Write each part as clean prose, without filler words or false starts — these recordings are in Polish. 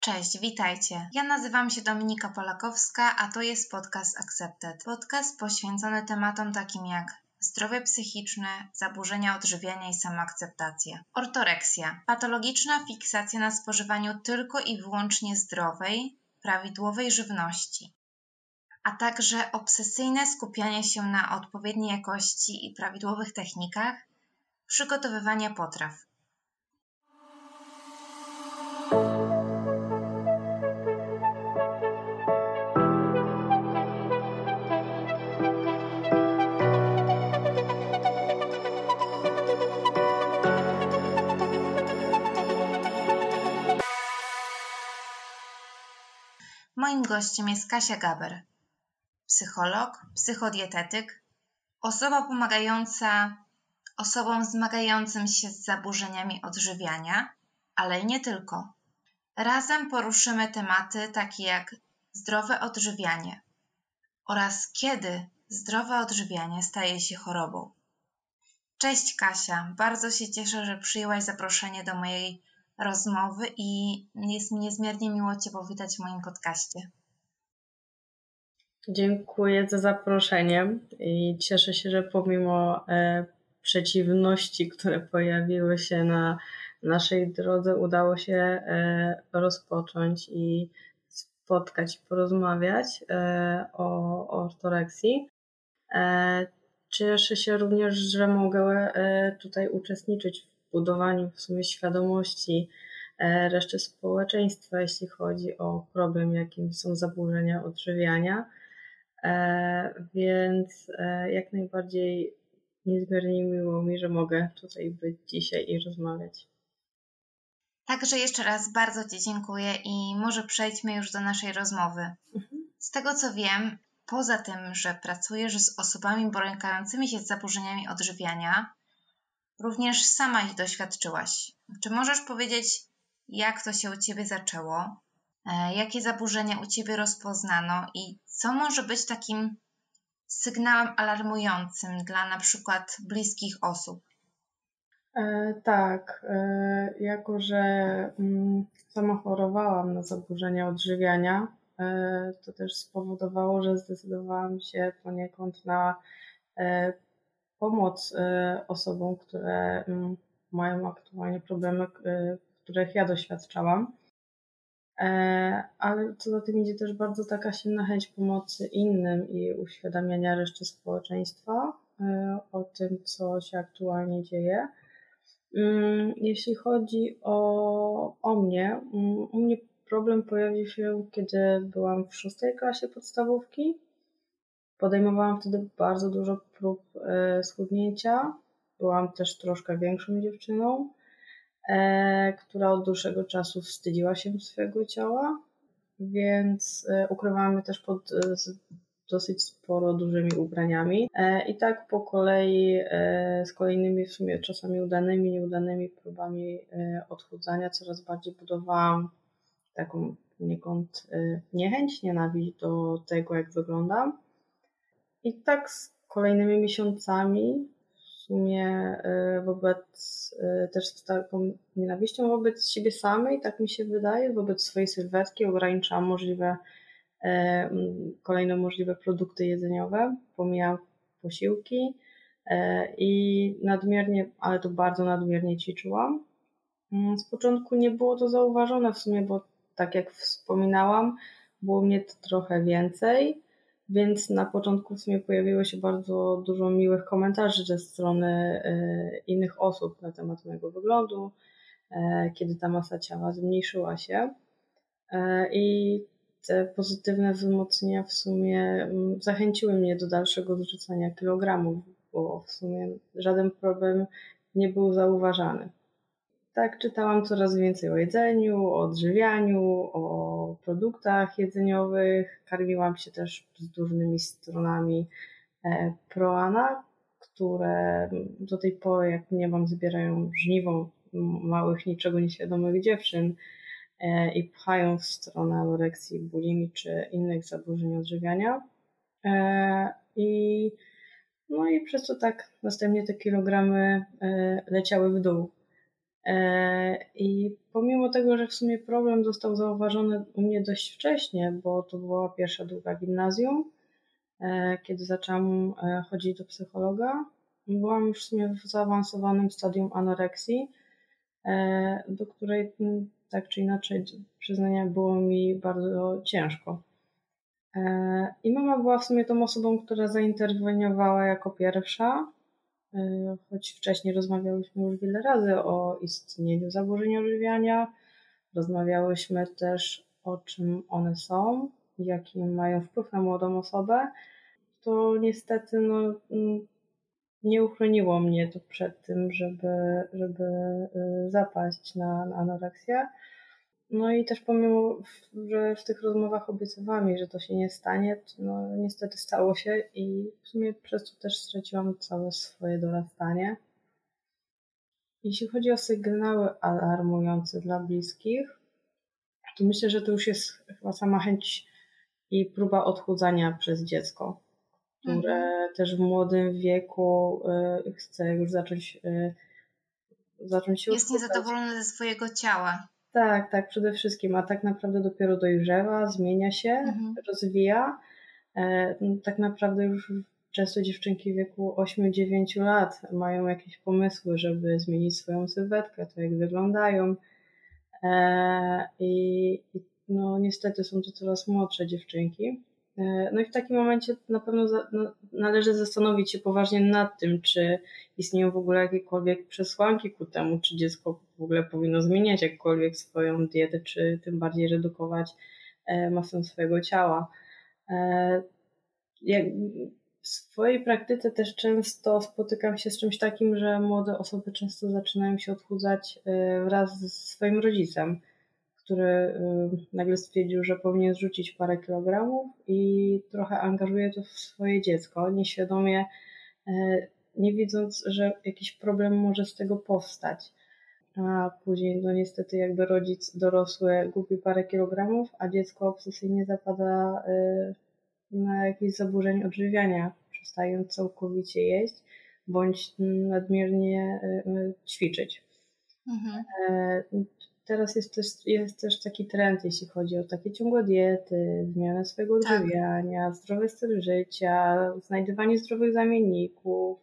Cześć, witajcie. Ja nazywam się Dominika Polakowska, a to jest podcast Accepted. Podcast poświęcony tematom takim jak zdrowie psychiczne, zaburzenia odżywiania i samoakceptacja. Ortoreksja. Patologiczna fiksacja na spożywaniu tylko i wyłącznie zdrowej, prawidłowej żywności, a także obsesyjne skupianie się na odpowiedniej jakości i prawidłowych technikach przygotowywania potraw. Moim gościem jest Kasia Gaber, psycholog, psychodietetyk, osoba pomagająca osobom zmagającym się z zaburzeniami odżywiania, ale nie tylko. Razem poruszymy tematy takie jak zdrowe odżywianie oraz kiedy zdrowe odżywianie staje się chorobą. Cześć Kasia, bardzo się cieszę, że przyjęłaś zaproszenie do mojej rozmowy i jest mi niezmiernie miło Cię powitać w moim podcaście. Dziękuję za zaproszenie i cieszę się, że pomimo przeciwności, które pojawiły się na naszej drodze, udało się rozpocząć i spotkać, porozmawiać o ortoreksji. Cieszę się również, że mogę tutaj uczestniczyć w budowaniu w sumie świadomości reszty społeczeństwa, jeśli chodzi o problem, jakim są zaburzenia odżywiania. Więc jak najbardziej niezmiernie miło mi, że mogę tutaj być dzisiaj i rozmawiać. Także jeszcze raz bardzo Ci dziękuję i może przejdźmy już do naszej rozmowy. Z tego co wiem, poza tym, że pracujesz z osobami borykającymi się z zaburzeniami odżywiania, również sama ich doświadczyłaś. Czy możesz powiedzieć, jak to się u Ciebie zaczęło? Jakie zaburzenia u Ciebie rozpoznano i co może być takim sygnałem alarmującym dla na przykład bliskich osób? Tak, jako że sama chorowałam na zaburzenia odżywiania, to też spowodowało, że zdecydowałam się poniekąd na pomoc osobom, które mają aktualnie problemy, których ja doświadczałam. Ale co za tym idzie też bardzo taka silna chęć pomocy innym i uświadamiania reszty społeczeństwa o tym, co się aktualnie dzieje. Jeśli chodzi o mnie, u mnie problem pojawił się, kiedy byłam w 6. klasie podstawówki. Podejmowałam wtedy bardzo dużo prób schudnięcia. Byłam też troszkę większą dziewczyną, która od dłuższego czasu wstydziła się swojego ciała, więc ukrywałam je też pod dosyć sporo dużymi ubraniami. I tak po kolei z kolejnymi w sumie czasami udanymi, nieudanymi próbami odchudzania coraz bardziej budowałam taką poniekąd niechęć, nienawiść do tego, jak wyglądam. I tak z kolejnymi miesiącami w sumie też z taką nienawiścią wobec siebie samej, tak mi się wydaje, wobec swojej sylwetki ograniczałam kolejne możliwe produkty jedzeniowe, pomijałam posiłki i nadmiernie, ale to bardzo nadmiernie ćwiczyłam. Z początku nie było to zauważone w sumie, bo tak jak wspominałam, było mnie to trochę więcej, więc na początku w sumie pojawiło się bardzo dużo miłych komentarzy ze strony innych osób na temat mojego wyglądu, kiedy ta masa ciała zmniejszyła się. I te pozytywne wzmocnienia w sumie zachęciły mnie do dalszego zrzucania kilogramów, bo w sumie żaden problem nie był zauważany. Tak, czytałam coraz więcej o jedzeniu, o odżywianiu, o produktach jedzeniowych. Karmiłam się też bzdurnymi stronami Proana, które do tej pory, jak mniemam, zbierają żniwo małych, niczego nieświadomych dziewczyn i pchają w stronę anoreksji, bulimii czy innych zaburzeń odżywiania. I przez to tak następnie te kilogramy leciały w dół. I pomimo tego, że w sumie problem został zauważony u mnie dość wcześnie, bo to była pierwsza, druga gimnazjum, kiedy zaczęłam chodzić do psychologa, byłam już w sumie w zaawansowanym stadium anoreksji, do której tak czy inaczej przyznania było mi bardzo ciężko. I mama była w sumie tą osobą, która zainterweniowała jako pierwsza, choć wcześniej rozmawiałyśmy już wiele razy o istnieniu zaburzeń odżywiania, rozmawiałyśmy też o czym one są, jaki mają wpływ na młodą osobę, to niestety nie uchroniło mnie to przed tym, żeby zapaść na anoreksję. No i też pomimo, że w tych rozmowach obiecywałam jej, że to się nie stanie, to niestety stało się i w sumie przez to też straciłam całe swoje dorastanie. Jeśli chodzi o sygnały alarmujące dla bliskich, to myślę, że to już jest chyba sama chęć i próba odchudzania przez dziecko, które też w młodym wieku chce już zacząć się Jest odchudzać. niezadowolony ze swojego ciała. Tak, przede wszystkim, a tak naprawdę dopiero dojrzewa, zmienia się, rozwija. Tak naprawdę już często dziewczynki w wieku 8-9 lat mają jakieś pomysły, żeby zmienić swoją sylwetkę, to jak wyglądają. I niestety są to coraz młodsze dziewczynki. No i w takim momencie na pewno należy zastanowić się poważnie nad tym, czy istnieją w ogóle jakiekolwiek przesłanki ku temu, czy dziecko w ogóle powinno zmieniać jakkolwiek swoją dietę, czy tym bardziej redukować masę swojego ciała. W swojej praktyce też często spotykam się z czymś takim, że młode osoby często zaczynają się odchudzać wraz ze swoim rodzicem, który nagle stwierdził, że powinien zrzucić parę kilogramów i trochę angażuje to w swoje dziecko, nieświadomie, nie widząc, że jakiś problem może z tego powstać. A później niestety jakby rodzic dorosły gubi parę kilogramów, a dziecko obsesyjnie zapada na jakieś zaburzeń odżywiania, przestając całkowicie jeść bądź nadmiernie ćwiczyć. Teraz jest też taki trend, jeśli chodzi o takie ciągłe diety, zmianę swojego odżywiania, zdrowy styl życia, znajdywanie zdrowych zamienników.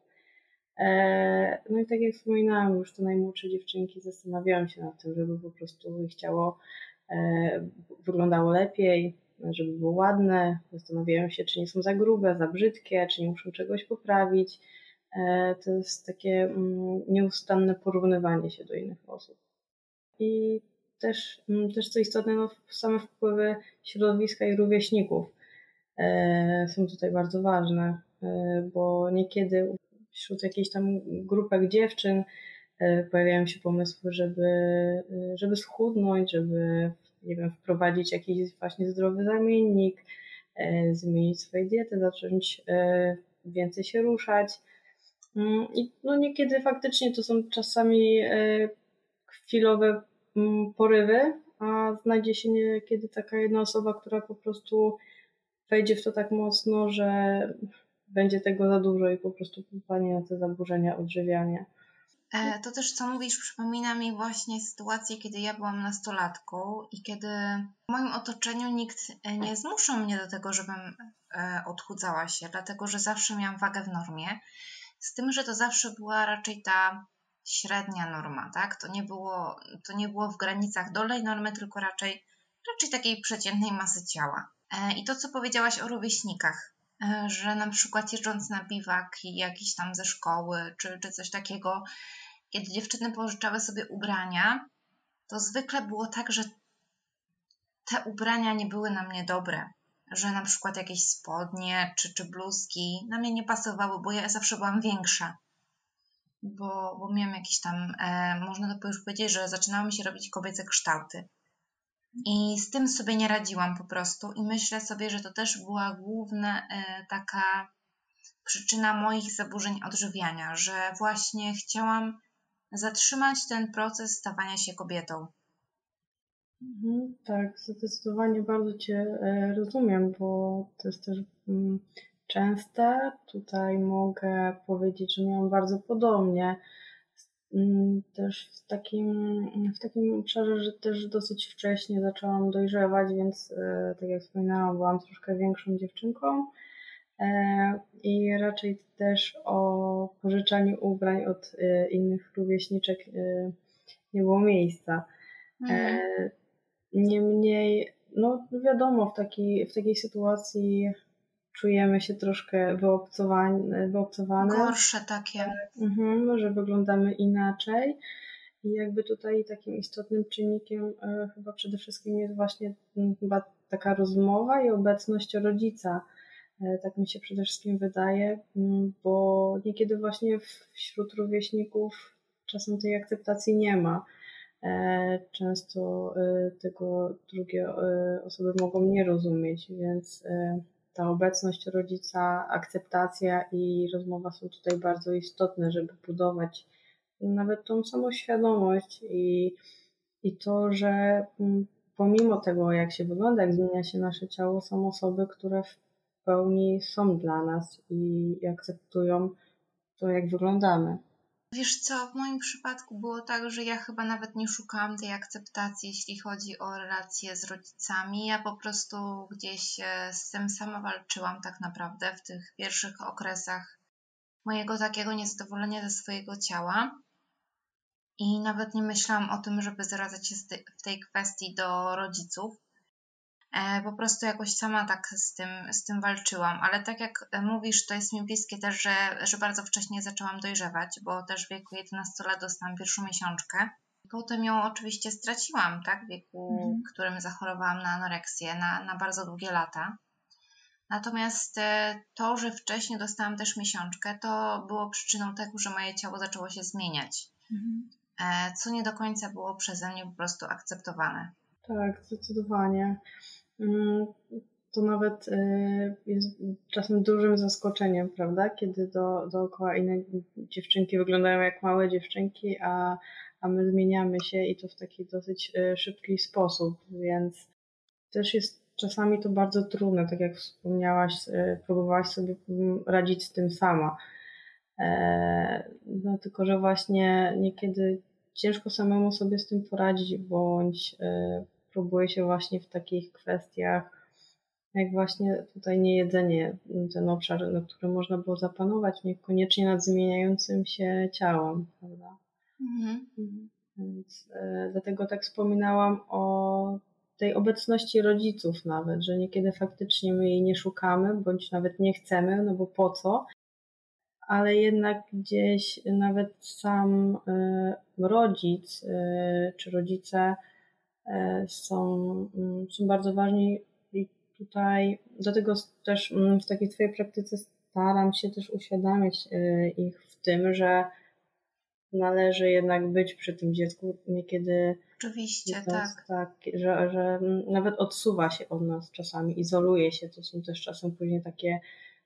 No i tak jak wspominałam, już te najmłodsze dziewczynki zastanawiałam się nad tym, żeby po prostu ich ciało wyglądało lepiej, żeby było ładne. Zastanawiałam się, czy nie są za grube, za brzydkie, czy nie muszą czegoś poprawić. To jest takie nieustanne porównywanie się do innych osób. I też co istotne, same wpływy środowiska i rówieśników są tutaj bardzo ważne, bo niekiedy wśród jakichś tam grupek dziewczyn pojawiają się pomysły, żeby schudnąć, żeby nie wiem, wprowadzić jakiś właśnie zdrowy zamiennik, zmienić swoje diety, zacząć więcej się ruszać. I niekiedy faktycznie to są czasami chwilowe porywy, a znajdzie się niekiedy taka jedna osoba, która po prostu wejdzie w to tak mocno, że będzie tego za dużo i po prostu popadnie na te zaburzenia odżywiania. To też, co mówisz, przypomina mi właśnie sytuację, kiedy ja byłam nastolatką i kiedy w moim otoczeniu nikt nie zmuszał mnie do tego, żebym odchudzała się, dlatego że zawsze miałam wagę w normie, z tym, że to zawsze była raczej ta średnia norma, tak? To nie było w granicach dolnej normy, tylko raczej takiej przeciętnej masy ciała. I to, co powiedziałaś o rówieśnikach, że na przykład jeżdżąc na biwak jakiś tam ze szkoły, czy coś takiego, kiedy dziewczyny pożyczały sobie ubrania, to zwykle było tak, że te ubrania nie były na mnie dobre, że na przykład jakieś spodnie czy bluzki na mnie nie pasowały, bo ja zawsze byłam większa, bo miałam jakieś tam, można to już powiedzieć, że zaczynały mi się robić kobiece kształty. I z tym sobie nie radziłam po prostu i myślę sobie, że to też była główna taka przyczyna moich zaburzeń odżywiania, że właśnie chciałam zatrzymać ten proces stawania się kobietą. Tak, zdecydowanie bardzo Cię rozumiem, bo to jest też częste. Tutaj mogę powiedzieć, że miałam bardzo podobnie. Też w takim obszarze, że też dosyć wcześnie zaczęłam dojrzewać, więc tak jak wspominałam, byłam troszkę większą dziewczynką i raczej też o pożyczaniu ubrań od innych rówieśniczek nie było miejsca. Niemniej, no wiadomo, w takiej sytuacji czujemy się troszkę wyobcowane. Gorsze takie. Że wyglądamy inaczej. I jakby tutaj takim istotnym czynnikiem chyba przede wszystkim jest właśnie chyba taka rozmowa i obecność rodzica. Tak mi się przede wszystkim wydaje, bo niekiedy właśnie wśród rówieśników czasem tej akceptacji nie ma. Często tego drugie osoby mogą nie rozumieć, więc ta obecność rodzica, akceptacja i rozmowa są tutaj bardzo istotne, żeby budować nawet tą samoświadomość i to, że pomimo tego, jak się wygląda, jak zmienia się nasze ciało, są osoby, które w pełni są dla nas i akceptują to, jak wyglądamy. Wiesz co, w moim przypadku było tak, że ja chyba nawet nie szukałam tej akceptacji, jeśli chodzi o relacje z rodzicami. Ja po prostu gdzieś z tym sama walczyłam tak naprawdę w tych pierwszych okresach mojego takiego niezadowolenia ze swojego ciała. I nawet nie myślałam o tym, żeby zwracać się w tej kwestii do rodziców. Po prostu jakoś sama tak z tym walczyłam, ale tak jak mówisz, to jest mi bliskie też, że bardzo wcześnie zaczęłam dojrzewać, bo też w wieku 11 lat dostałam pierwszą miesiączkę. Potem ją oczywiście straciłam, tak, w wieku, w którym zachorowałam na anoreksję na bardzo długie lata. Natomiast to, że wcześniej dostałam też miesiączkę, to było przyczyną tego, że moje ciało zaczęło się zmieniać, co nie do końca było przeze mnie po prostu akceptowane. Tak, zdecydowanie. To nawet jest czasem dużym zaskoczeniem, prawda? Kiedy dookoła inne dziewczynki wyglądają jak małe dziewczynki, a my zmieniamy się i to w taki dosyć szybki sposób, więc też jest czasami to bardzo trudne, tak jak wspomniałaś, próbowałaś sobie radzić z tym sama. No tylko, że właśnie niekiedy ciężko samemu sobie z tym poradzić, bądź próbuje się właśnie w takich kwestiach, jak właśnie tutaj niejedzenie, ten obszar, na którym można było zapanować, niekoniecznie nad zmieniającym się ciałem, prawda? Więc dlatego tak wspominałam o tej obecności rodziców nawet, że niekiedy faktycznie my jej nie szukamy, bądź nawet nie chcemy, no bo po co? Ale jednak gdzieś nawet sam rodzic czy rodzice są bardzo ważni i tutaj dlatego też w takiej swojej praktyce staram się też uświadamiać ich w tym, że należy jednak być przy tym dziecku niekiedy. Oczywiście, tak, że nawet odsuwa się od nas czasami, izoluje się. To są też czasem później takie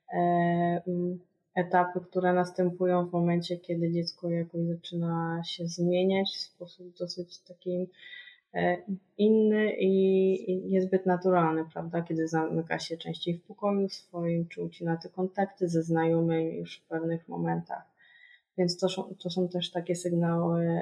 etapy, które następują w momencie, kiedy dziecko jakoś zaczyna się zmieniać w sposób dosyć taki inny i niezbyt naturalny, prawda? Kiedy zamyka się częściej w pokoju swoim, czy ucina te kontakty ze znajomymi już w pewnych momentach. Więc to są też takie sygnały,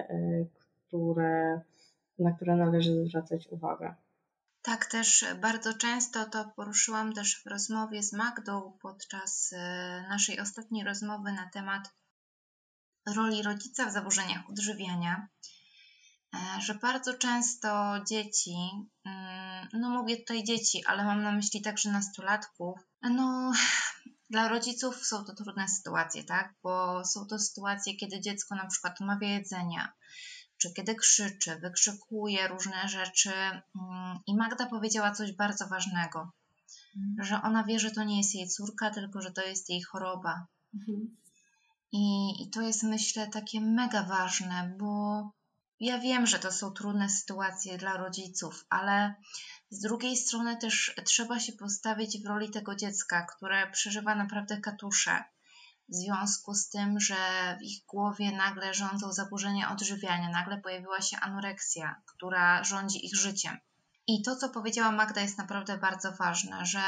na które należy zwracać uwagę. Tak, też bardzo często to poruszyłam też w rozmowie z Magdą podczas naszej ostatniej rozmowy na temat roli rodzica w zaburzeniach odżywiania, że bardzo często dzieci, no mówię tutaj dzieci, ale mam na myśli także nastolatków, no dla rodziców są to trudne sytuacje, tak? Bo są to sytuacje, kiedy dziecko na przykład odmawia jedzenia, czy kiedy krzyczy, wykrzykuje różne rzeczy. I Magda powiedziała coś bardzo ważnego, że ona wie, że to nie jest jej córka, tylko że to jest jej choroba. I to jest, myślę, takie mega ważne, bo ja wiem, że to są trudne sytuacje dla rodziców, ale z drugiej strony też trzeba się postawić w roli tego dziecka, które przeżywa naprawdę katusze w związku z tym, że w ich głowie nagle rządzą zaburzenia odżywiania, nagle pojawiła się anoreksja, która rządzi ich życiem. I to, co powiedziała Magda, jest naprawdę bardzo ważne, że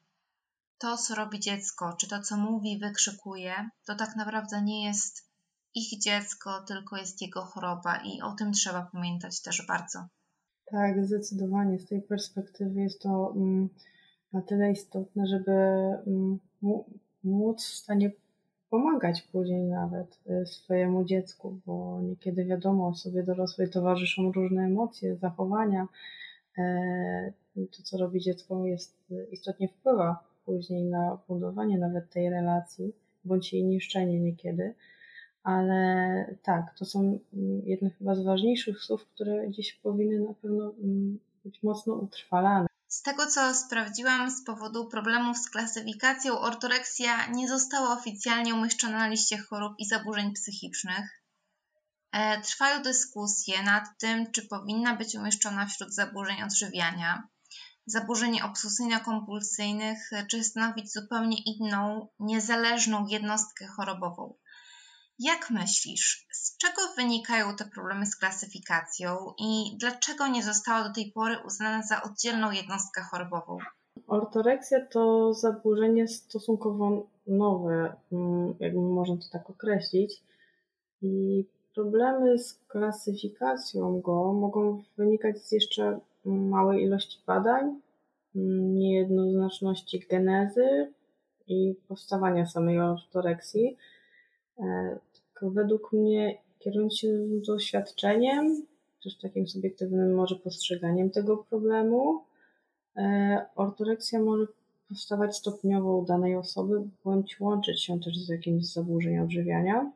to, co robi dziecko, czy to, co mówi, wykrzykuje, to tak naprawdę nie jest ich dziecko, tylko jest jego choroba i o tym trzeba pamiętać też bardzo. Tak, zdecydowanie. Z tej perspektywy jest to na tyle istotne, żeby móc w stanie pomagać później nawet swojemu dziecku, bo niekiedy wiadomo, osobie dorosłej towarzyszą różne emocje, zachowania. To, co robi dziecko, istotnie wpływa później na budowanie nawet tej relacji, bądź jej niszczenie niekiedy. Ale tak, to są jedne chyba z ważniejszych słów, które gdzieś powinny na pewno być mocno utrwalane. Z tego, co sprawdziłam, z powodu problemów z klasyfikacją, ortoreksja nie została oficjalnie umieszczona na liście chorób i zaburzeń psychicznych. Trwają dyskusje nad tym, czy powinna być umieszczona wśród zaburzeń odżywiania, zaburzeń obsesyjno-kompulsyjnych, czy stanowić zupełnie inną, niezależną jednostkę chorobową. Jak myślisz, z czego wynikają te problemy z klasyfikacją i dlaczego nie została do tej pory uznana za oddzielną jednostkę chorobową? Ortoreksja to zaburzenie stosunkowo nowe, jakby można to tak określić. I problemy z klasyfikacją go mogą wynikać z jeszcze małej ilości badań, niejednoznaczności genezy i powstawania samej ortoreksji. Tylko według mnie, kierując się doświadczeniem, też takim subiektywnym może postrzeganiem tego problemu, ortoreksja może powstawać stopniowo u danej osoby, bądź łączyć się też z jakimś zaburzeniem odżywiania.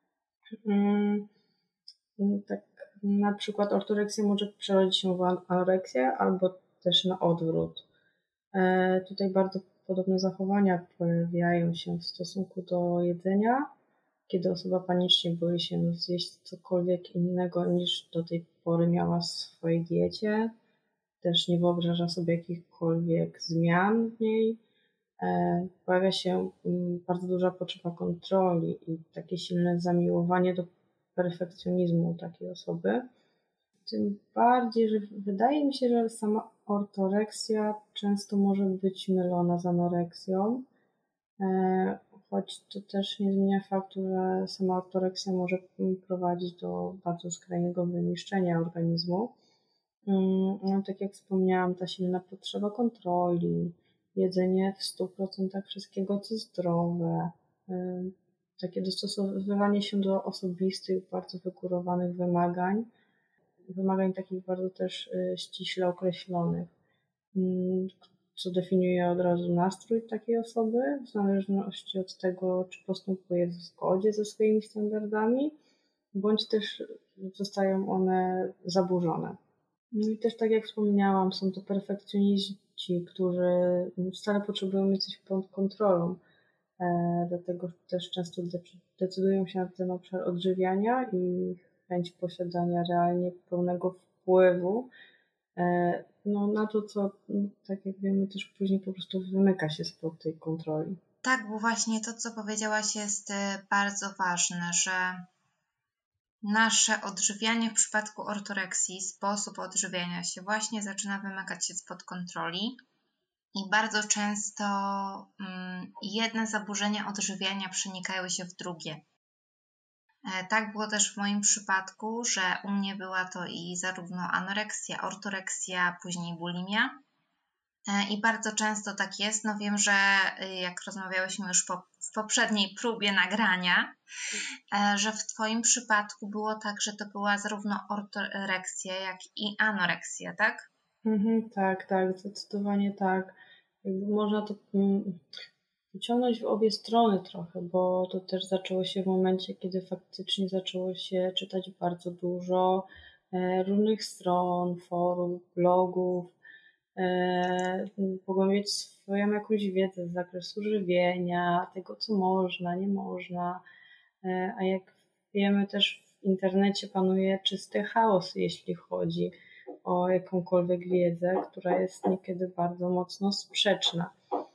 Tak, na przykład ortoreksja może przerodzić się w anoreksję albo też na odwrót. Tutaj bardzo podobne zachowania pojawiają się w stosunku do jedzenia, kiedy osoba panicznie boi się zjeść cokolwiek innego niż do tej pory miała w swojej diecie. Też nie wyobraża sobie jakichkolwiek zmian w niej. Pojawia się bardzo duża potrzeba kontroli i takie silne zamiłowanie do perfekcjonizmu takiej osoby. Tym bardziej, że wydaje mi się, że sama ortoreksja często może być mylona z anoreksją, choć to też nie zmienia faktu, że sama ortoreksja może prowadzić do bardzo skrajnego wyniszczenia organizmu. No, tak jak wspomniałam, ta silna potrzeba kontroli, jedzenie w 100% wszystkiego, co zdrowe, takie dostosowywanie się do osobistych, bardzo wygórowanych wymagań takich bardzo też ściśle określonych, co definiuje od razu nastrój takiej osoby, w zależności od tego, czy postępuje w zgodzie ze swoimi standardami, bądź też zostają one zaburzone. I też tak jak wspomniałam, są to perfekcjoniści, którzy stale potrzebują mieć coś pod kontrolą. Dlatego też często decydują się na ten obszar odżywiania i chęć posiadania realnie pełnego wpływu na to, co, tak jak wiemy, też później po prostu wymyka się spod tej kontroli. Tak, bo właśnie to, co powiedziałaś, jest bardzo ważne, że nasze odżywianie w przypadku ortoreksji, sposób odżywiania się właśnie zaczyna wymykać się spod kontroli i bardzo często jedne zaburzenia odżywiania przenikają się w drugie. Tak było też w moim przypadku, że u mnie była to i zarówno anoreksja, ortoreksja, później bulimia. I bardzo często tak jest. No wiem, że jak rozmawiałyśmy już w poprzedniej próbie nagrania, że w Twoim przypadku było tak, że to była zarówno ortoreksja, jak i anoreksja, tak? Tak, zdecydowanie tak. Jakby można to wyciągnąć w obie strony trochę, bo to też zaczęło się w momencie, kiedy faktycznie zaczęło się czytać bardzo dużo różnych stron, forów, blogów, pogłębiać swoją jakąś wiedzę z zakresu żywienia, tego co można, nie można, a jak wiemy też w internecie panuje czysty chaos, jeśli chodzi o jakąkolwiek wiedzę, która jest niekiedy bardzo mocno sprzeczna.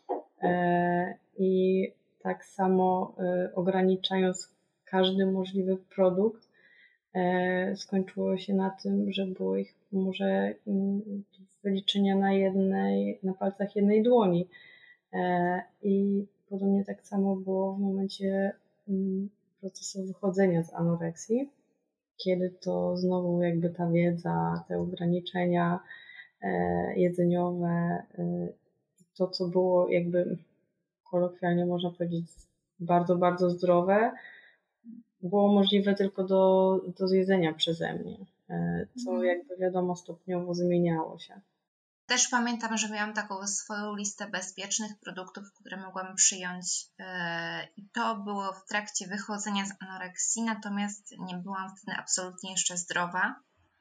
I tak samo ograniczając każdy możliwy produkt, skończyło się na tym, że było ich może wyliczenia na palcach jednej dłoni. I podobnie tak samo było w momencie procesu wychodzenia z anoreksji, kiedy to znowu jakby ta wiedza, te ograniczenia jedzeniowe, to co było jakby kolokwialnie można powiedzieć bardzo, bardzo zdrowe, było możliwe tylko do zjedzenia przeze mnie, co jakby wiadomo stopniowo zmieniało się. Też pamiętam, że miałam taką swoją listę bezpiecznych produktów, które mogłam przyjąć i to było w trakcie wychodzenia z anoreksji, natomiast nie byłam wtedy absolutnie jeszcze zdrowa.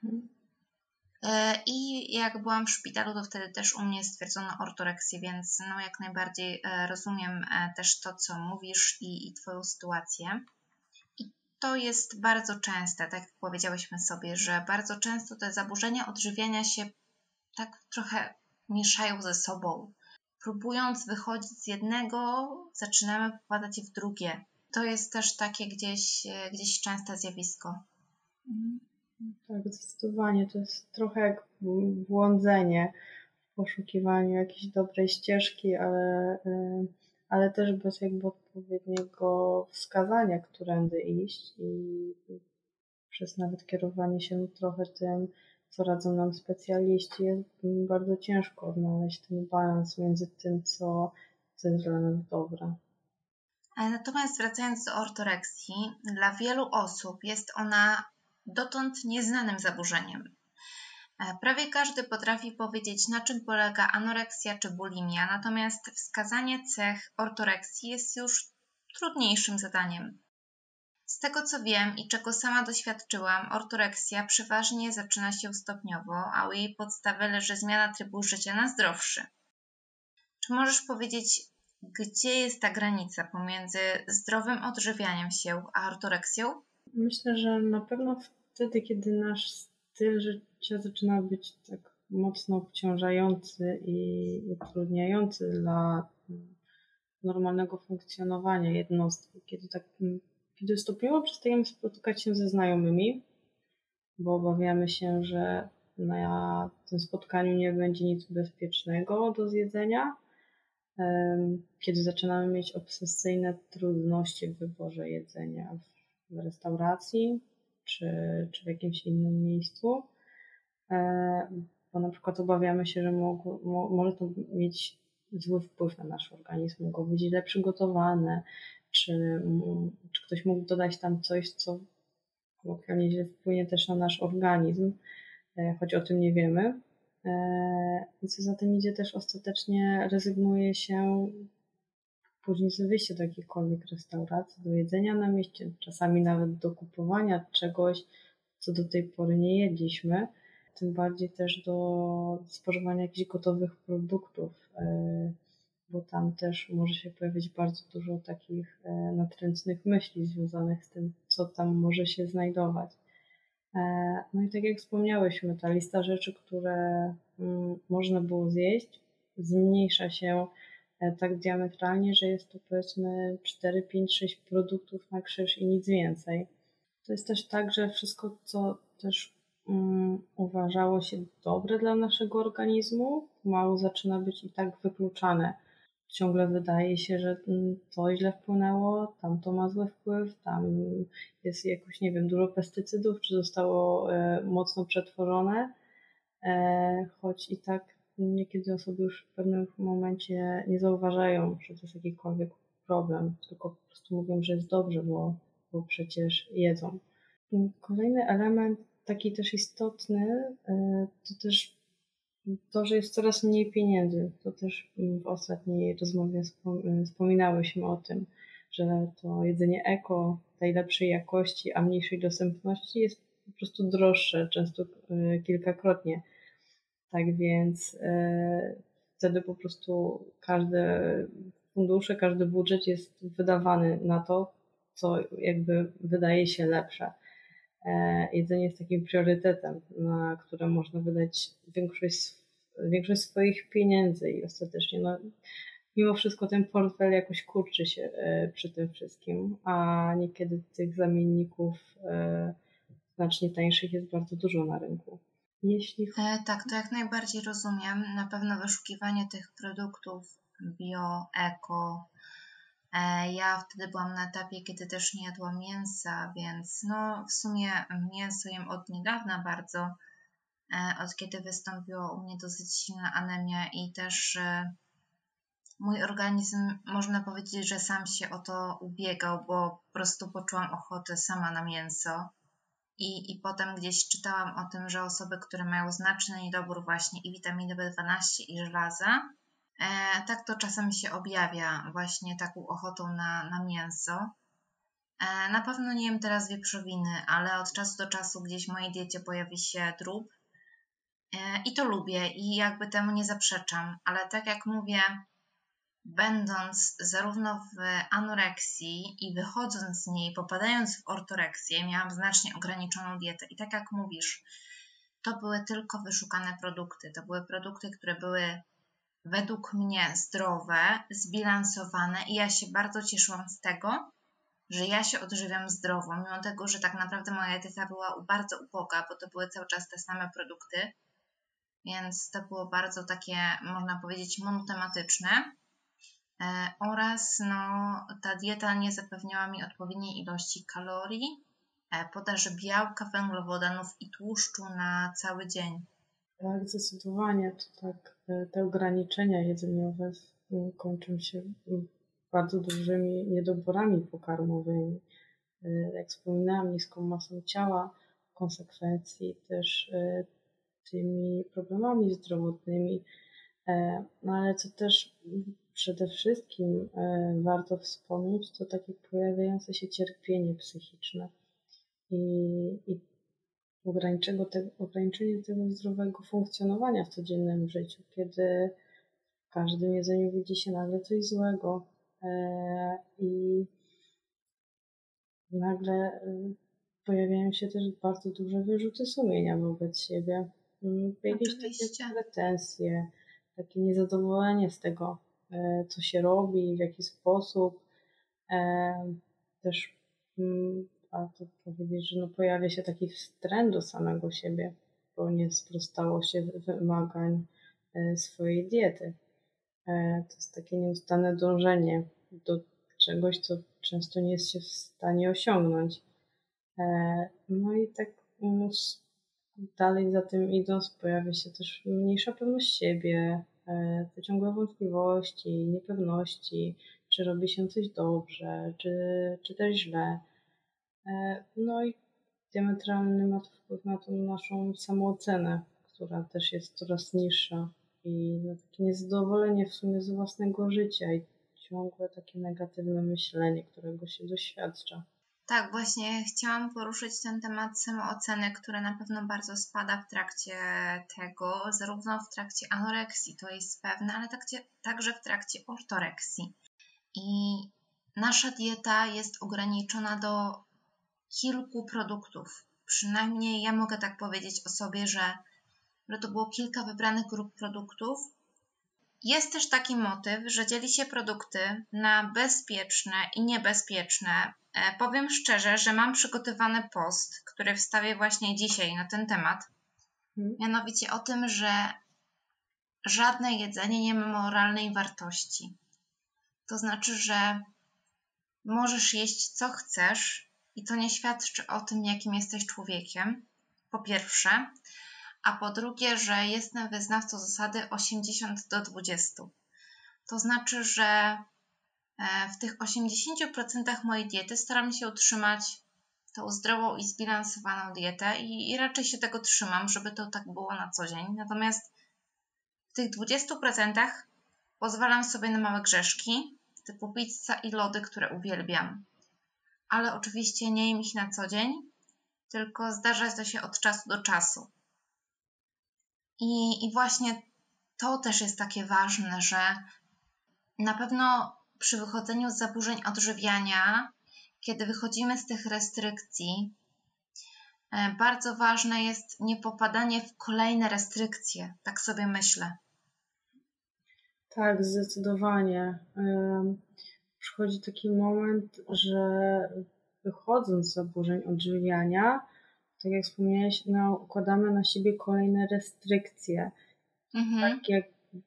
I jak byłam w szpitalu, to wtedy też u mnie stwierdzono ortoreksję, więc no jak najbardziej rozumiem też to, co mówisz i Twoją sytuację. I to jest bardzo częste, tak jak powiedziałyśmy sobie, że bardzo często te zaburzenia odżywiania się tak trochę mieszają ze sobą. Próbując wychodzić z jednego, zaczynamy popadać w drugie. To jest też takie gdzieś częste zjawisko. Tak, zdecydowanie. To jest trochę jak błądzenie w poszukiwaniu jakiejś dobrej ścieżki, ale też bez jakby odpowiedniego wskazania, którędy iść i przez nawet kierowanie się trochę tym, co radzą nam specjaliści, jest bardzo ciężko odnaleźć ten balans między tym, co jest dla nas dobre. Natomiast wracając do ortoreksji, dla wielu osób jest ona dotąd nieznanym zaburzeniem. Prawie każdy potrafi powiedzieć, na czym polega anoreksja czy bulimia, natomiast wskazanie cech ortoreksji jest już trudniejszym zadaniem. Z tego co wiem i czego sama doświadczyłam, ortoreksja przeważnie zaczyna się stopniowo, a u jej podstawie leży zmiana trybu życia na zdrowszy. Czy możesz powiedzieć, gdzie jest ta granica pomiędzy zdrowym odżywianiem się a ortoreksją? Myślę, że na pewno wtedy, kiedy nasz styl życia zaczyna być tak mocno obciążający i utrudniający dla normalnego funkcjonowania jednostki, kiedy stopniowo przestajemy spotykać się ze znajomymi, bo obawiamy się, że na tym spotkaniu nie będzie nic bezpiecznego do zjedzenia, kiedy zaczynamy mieć obsesyjne trudności w wyborze jedzenia w restauracji czy w jakimś innym miejscu, bo na przykład obawiamy się, że może to mieć zły wpływ na nasz organizm, mogą być źle przygotowane, czy ktoś mógł dodać tam coś, co kolokwialnie źle wpłynie też na nasz organizm, choć o tym nie wiemy. Co za tym idzie, też ostatecznie rezygnuje się później z wyjścia do jakiejkolwiek restauracji, do jedzenia na mieście, czasami nawet do kupowania czegoś, co do tej pory nie jedliśmy, tym bardziej też do spożywania jakichś gotowych produktów, bo tam też może się pojawić bardzo dużo takich natrętnych myśli związanych z tym, co tam może się znajdować. No i tak jak wspomniałyśmy, ta lista rzeczy, które można było zjeść, zmniejsza się tak diametralnie, że jest to powiedzmy 4, 5, 6 produktów na krzyż i nic więcej. To jest też tak, że wszystko, co też uważało się dobre dla naszego organizmu, pomału zaczyna być i tak wykluczane. Ciągle wydaje się, że to źle wpłynęło, tam to ma zły wpływ, tam jest jakoś, nie wiem, dużo pestycydów, czy zostało mocno przetworzone, choć i tak niekiedy osoby już w pewnym momencie nie zauważają, że to jest jakikolwiek problem, tylko po prostu mówią, że jest dobrze, bo przecież jedzą. Kolejny element, taki też istotny, to też to, że jest coraz mniej pieniędzy. To też w ostatniej rozmowie wspominałyśmy o tym, że to jedzenie eko tej lepszej jakości, a mniejszej dostępności jest po prostu droższe, często kilkakrotnie. Tak więc wtedy po prostu każde fundusze, każdy budżet jest wydawany na to, co jakby wydaje się lepsze. Jedzenie jest takim priorytetem, na które można wydać większość swoich pieniędzy i ostatecznie mimo wszystko ten portfel jakoś kurczy się przy tym wszystkim, a niekiedy tych zamienników znacznie tańszych jest bardzo dużo na rynku. Tak, to jak najbardziej rozumiem. Na pewno wyszukiwanie tych produktów bio, eko Ja wtedy byłam na etapie, kiedy też nie jadłam mięsa, więc no w sumie mięso jem od niedawna bardzo, od kiedy wystąpiła u mnie dosyć silna anemia i też mój organizm, można powiedzieć, że sam się o to ubiegał, bo po prostu poczułam ochotę sama na mięso. I potem gdzieś czytałam o tym, że osoby, które mają znaczny niedobór właśnie i witaminy B12 i żelaza, tak to czasem się objawia właśnie taką ochotą na mięso. Na pewno nie jem teraz wieprzowiny, ale od czasu do czasu gdzieś w mojej diecie pojawi się drób i to lubię i jakby temu nie zaprzeczam, ale tak jak mówię, będąc zarówno w anoreksji i wychodząc z niej, popadając w ortoreksję, miałam znacznie ograniczoną dietę. I tak jak mówisz, to były tylko wyszukane produkty. To były produkty, które były według mnie zdrowe, zbilansowane i ja się bardzo cieszyłam z tego, że ja się odżywiam zdrowo, mimo tego, że tak naprawdę moja dieta była bardzo uboga, bo to były cały czas te same produkty, więc to było bardzo takie, można powiedzieć, monotematyczne. Oraz ta dieta nie zapewniała mi odpowiedniej ilości kalorii, podaży białka, węglowodanów i tłuszczu na cały dzień. Tak, zdecydowanie to tak, te ograniczenia jedzeniowe kończą się bardzo dużymi niedoborami pokarmowymi. Jak wspominałam, niską masą ciała, w konsekwencji też tymi problemami zdrowotnymi. No ale co też przede wszystkim warto wspomnieć, to takie pojawiające się cierpienie psychiczne i ograniczenie tego zdrowego funkcjonowania w codziennym życiu, kiedy w każdym jedzeniu widzi się nagle coś złego i nagle pojawiają się też bardzo duże wyrzuty sumienia wobec siebie. Jakieś Oczywiście. takie pretensje, takie niezadowolenie z tego, co się robi, w jaki sposób. Też warto powiedzieć, że pojawia się taki wstręt do samego siebie, bo nie sprostało się wymagań swojej diety. To jest takie nieustanne dążenie do czegoś, co często nie jest się w stanie osiągnąć. No i tak dalej za tym idąc, pojawia się też mniejsza pewność siebie, te ciągłe wątpliwości, niepewności, czy robi się coś dobrze, czy też źle. No i diametralny ma to wpływ na tą naszą samoocenę, która też jest coraz niższa i na takie niezadowolenie w sumie z własnego życia i ciągłe takie negatywne myślenie, którego się doświadcza. Tak, właśnie chciałam poruszyć ten temat samooceny, który na pewno bardzo spada w trakcie tego, zarówno w trakcie anoreksji, to jest pewne, ale także w trakcie ortoreksji. I nasza dieta jest ograniczona do kilku produktów. Przynajmniej ja mogę tak powiedzieć o sobie, że to było kilka wybranych grup produktów. Jest też taki motyw, że dzieli się produkty na bezpieczne i niebezpieczne. Powiem szczerze, że mam przygotowany post, który wstawię właśnie dzisiaj na ten temat. Mianowicie o tym, że żadne jedzenie nie ma moralnej wartości. To znaczy, że możesz jeść co chcesz i to nie świadczy o tym, jakim jesteś człowiekiem, po pierwsze, a po drugie, że jestem wyznawcą zasady 80:20. To znaczy, że w tych 80% mojej diety staram się utrzymać tą zdrową i zbilansowaną dietę i raczej się tego trzymam, żeby to tak było na co dzień. Natomiast w tych 20% pozwalam sobie na małe grzeszki, typu pizza i lody, które uwielbiam. Ale oczywiście nie jem ich na co dzień, tylko zdarza to się od czasu do czasu. I właśnie to też jest takie ważne, że na pewno przy wychodzeniu z zaburzeń odżywiania, kiedy wychodzimy z tych restrykcji, bardzo ważne jest nie popadanie w kolejne restrykcje, tak sobie myślę. Tak, zdecydowanie. Przychodzi taki moment, że wychodząc z zaburzeń odżywiania, tak jak wspomniałeś, układamy na siebie kolejne restrykcje. Tak jak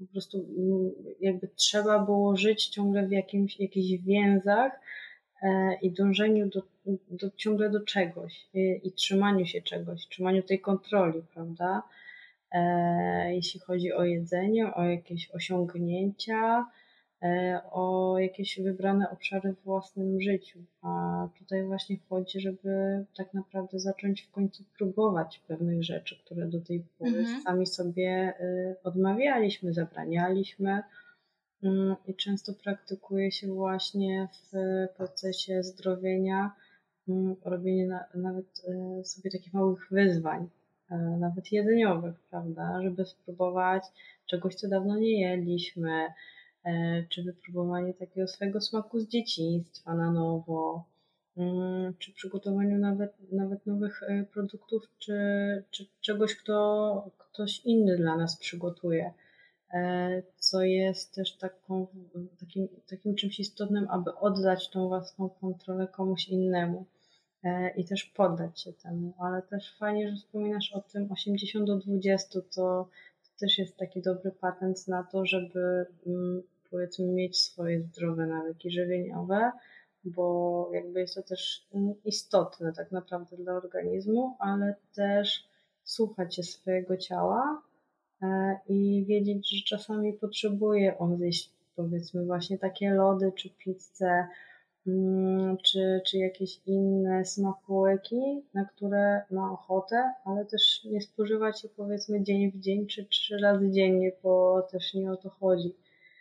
prostu jakby trzeba było żyć ciągle w jakichś więzach i dążeniu ciągle do czegoś i trzymaniu się czegoś, trzymaniu tej kontroli, prawda? Jeśli chodzi o jedzenie, o jakieś osiągnięcia, o jakieś wybrane obszary w własnym życiu. A tutaj właśnie chodzi, żeby tak naprawdę zacząć w końcu próbować pewnych rzeczy, które do tej pory sami sobie odmawialiśmy, zabranialiśmy. I często praktykuje się właśnie w procesie zdrowienia robienie nawet sobie takich małych wyzwań, nawet jedzeniowych, prawda, żeby spróbować czegoś, co dawno nie jedliśmy, czy wypróbowanie takiego swojego smaku z dzieciństwa na nowo, czy przygotowaniu nawet nowych produktów, czy czegoś, ktoś inny dla nas przygotuje, co jest też takim czymś istotnym, aby oddać tą własną kontrolę komuś innemu i też poddać się temu, ale też fajnie, że wspominasz o tym 80-20, to też jest taki dobry patent na to, żeby powiedzmy mieć swoje zdrowe nawyki żywieniowe, bo jakby jest to też istotne tak naprawdę dla organizmu, ale też słuchać się swojego ciała i wiedzieć, że czasami potrzebuje on zjeść powiedzmy właśnie takie lody czy pizzę, czy jakieś inne smakołyki, na które ma ochotę, ale też nie spożywać je powiedzmy dzień w dzień czy 3 razy dziennie, bo też nie o to chodzi.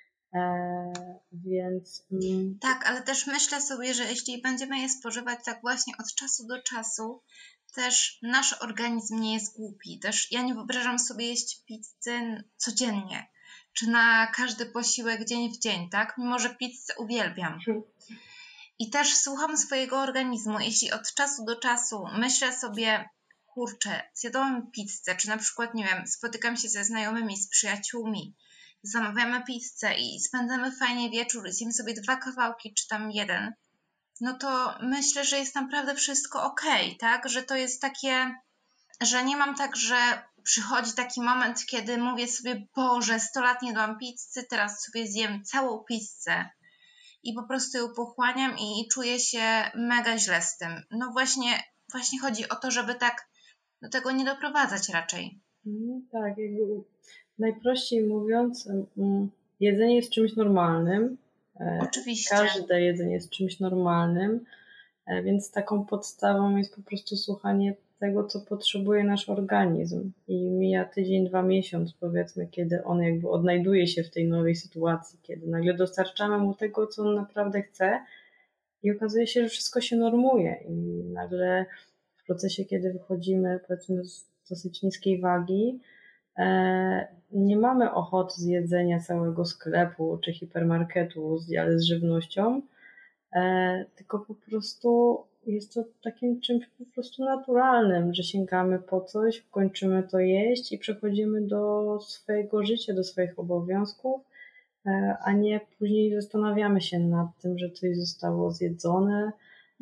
Więc Tak, ale też myślę sobie, że jeśli będziemy je spożywać tak właśnie od czasu do czasu, też nasz organizm nie jest głupi. Też ja nie wyobrażam sobie jeść pizzę codziennie, czy na każdy posiłek dzień w dzień, tak? Mimo że pizzę uwielbiam. I też słucham swojego organizmu. Jeśli od czasu do czasu myślę sobie, kurczę, zjadłam pizzę, czy na przykład, nie wiem, spotykam się ze znajomymi, z przyjaciółmi, zamawiamy pizzę i spędzamy fajnie wieczór, zjemy sobie 2 kawałki, czy tam 1, no to myślę, że jest naprawdę wszystko okej, tak? Że to jest takie, że nie mam tak, że przychodzi taki moment, kiedy mówię sobie, Boże, 100 lat nie jadłam pizzy, teraz sobie zjem całą pizzę i po prostu ją pochłaniam i czuję się mega źle z tym. No właśnie chodzi o to, żeby tak do tego nie doprowadzać raczej. Tak, jakby najprościej mówiąc, jedzenie jest czymś normalnym. Oczywiście. Każde jedzenie jest czymś normalnym, więc taką podstawą jest po prostu słuchanie tego, co potrzebuje nasz organizm. I mija tydzień, 2 miesiąc powiedzmy, kiedy on jakby odnajduje się w tej nowej sytuacji, kiedy nagle dostarczamy mu tego, co on naprawdę chce i okazuje się, że wszystko się normuje i nagle w procesie, kiedy wychodzimy powiedzmy z dosyć niskiej wagi, nie mamy ochoty zjedzenia całego sklepu czy hipermarketu z żywnością, tylko po prostu jest to takim czymś po prostu naturalnym, że sięgamy po coś, kończymy to jeść i przechodzimy do swojego życia, do swoich obowiązków, a nie później zastanawiamy się nad tym, że coś zostało zjedzone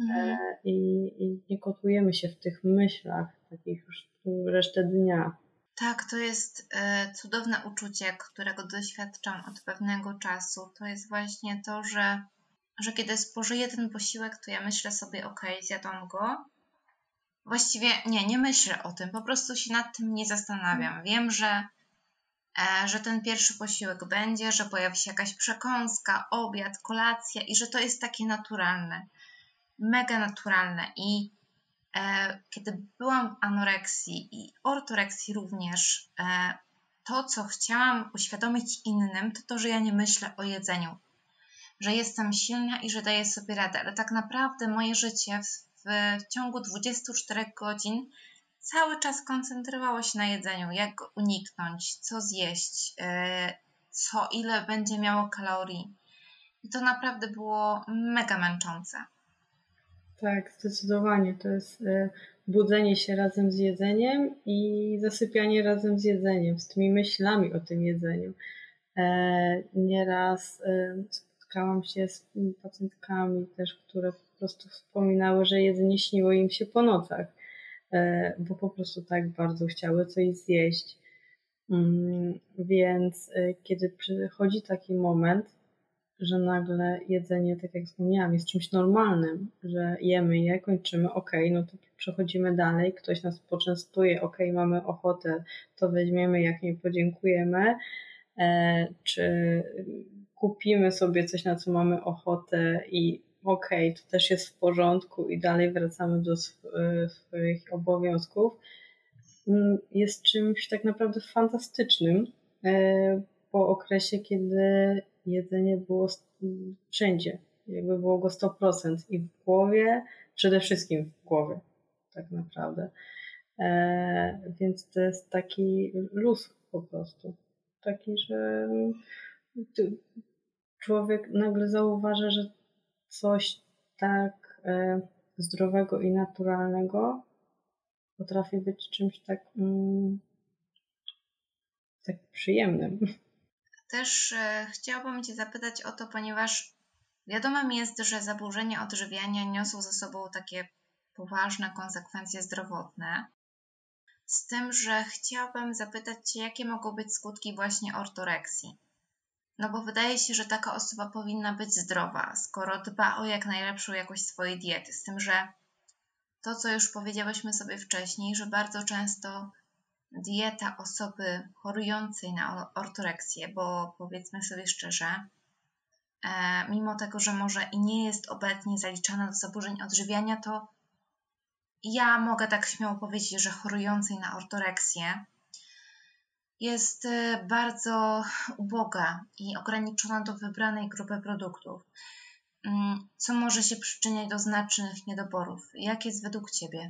i nie kotujemy się w tych myślach takich już resztę dnia. Tak, to jest cudowne uczucie, którego doświadczam od pewnego czasu. To jest właśnie to, że kiedy spożyję ten posiłek, to ja myślę sobie, okej, zjadłam go. Właściwie nie myślę o tym, po prostu się nad tym nie zastanawiam. Wiem, że ten pierwszy posiłek będzie, że pojawi się jakaś przekąska, obiad, kolacja i że to jest takie naturalne, mega naturalne. I kiedy byłam w anoreksji i ortoreksji również, to, co chciałam uświadomić innym, to, że ja nie myślę o jedzeniu, że jestem silna i że daję sobie radę, ale tak naprawdę moje życie w ciągu 24 godzin cały czas koncentrowało się na jedzeniu, jak go uniknąć, co zjeść, ile będzie miało kalorii. I to naprawdę było mega męczące. Tak, zdecydowanie. To jest budzenie się razem z jedzeniem i zasypianie razem z jedzeniem, z tymi myślami o tym jedzeniu. Nieraz spotkałam się z pacjentkami też, które po prostu wspominały, że jedzenie śniło im się po nocach, bo po prostu tak bardzo chciały coś zjeść. Więc kiedy przychodzi taki moment, że nagle jedzenie, tak jak wspomniałam, jest czymś normalnym, że jemy je, kończymy, no to przechodzimy dalej, ktoś nas poczęstuje, mamy ochotę, to weźmiemy, jak nie podziękujemy, czy kupimy sobie coś, na co mamy ochotę i to też jest w porządku i dalej wracamy do swoich obowiązków, jest czymś tak naprawdę fantastycznym po okresie, kiedy jedzenie było wszędzie, jakby było go 100% i w głowie, przede wszystkim w głowie tak naprawdę. Więc to jest taki luz po prostu. Taki, że człowiek nagle zauważa, że coś tak zdrowego i naturalnego potrafi być czymś tak przyjemnym. Też chciałabym Cię zapytać o to, ponieważ wiadomo mi jest, że zaburzenia odżywiania niosą ze sobą takie poważne konsekwencje zdrowotne. Z tym, że chciałabym zapytać Cię, jakie mogą być skutki właśnie ortoreksji. No bo wydaje się, że taka osoba powinna być zdrowa, skoro dba o jak najlepszą jakość swojej diety. Z tym, że to, co już powiedziałyśmy sobie wcześniej, że bardzo często dieta osoby chorującej na ortoreksję, bo powiedzmy sobie szczerze, mimo tego, że może i nie jest obecnie zaliczana do zaburzeń odżywiania, to ja mogę tak śmiało powiedzieć, że chorującej na ortoreksję jest bardzo uboga i ograniczona do wybranej grupy produktów, co może się przyczyniać do znacznych niedoborów. Jak jest według Ciebie?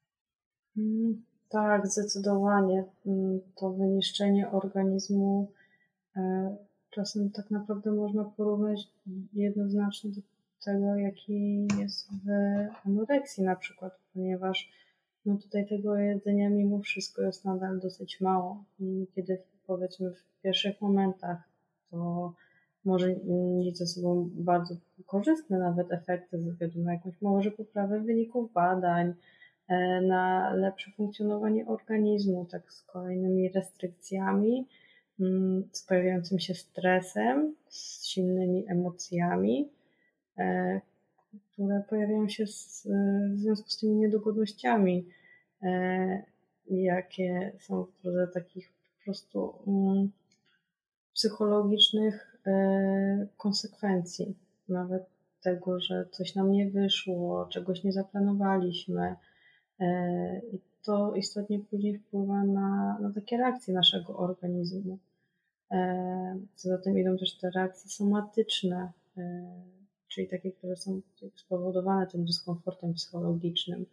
Tak, zdecydowanie. To wyniszczenie organizmu czasem tak naprawdę można porównać jednoznacznie do tego, jaki jest w anoreksji na przykład, ponieważ tutaj tego jedzenia mimo wszystko jest nadal dosyć mało i kiedy powiedzmy w pierwszych momentach to może mieć ze sobą bardzo korzystne nawet efekty ze względu na jakąś może poprawę wyników badań, na lepsze funkcjonowanie organizmu, tak z kolejnymi restrykcjami, z pojawiającym się stresem, z silnymi emocjami, które pojawiają się w związku z tymi niedogodnościami, jakie są w drodze takich po prostu psychologicznych konsekwencji. Nawet tego, że coś nam nie wyszło, czegoś nie zaplanowaliśmy. I to istotnie później wpływa na takie reakcje naszego organizmu. Co za tym idą też te reakcje somatyczne, czyli takie, które są spowodowane tym dyskomfortem psychologicznym.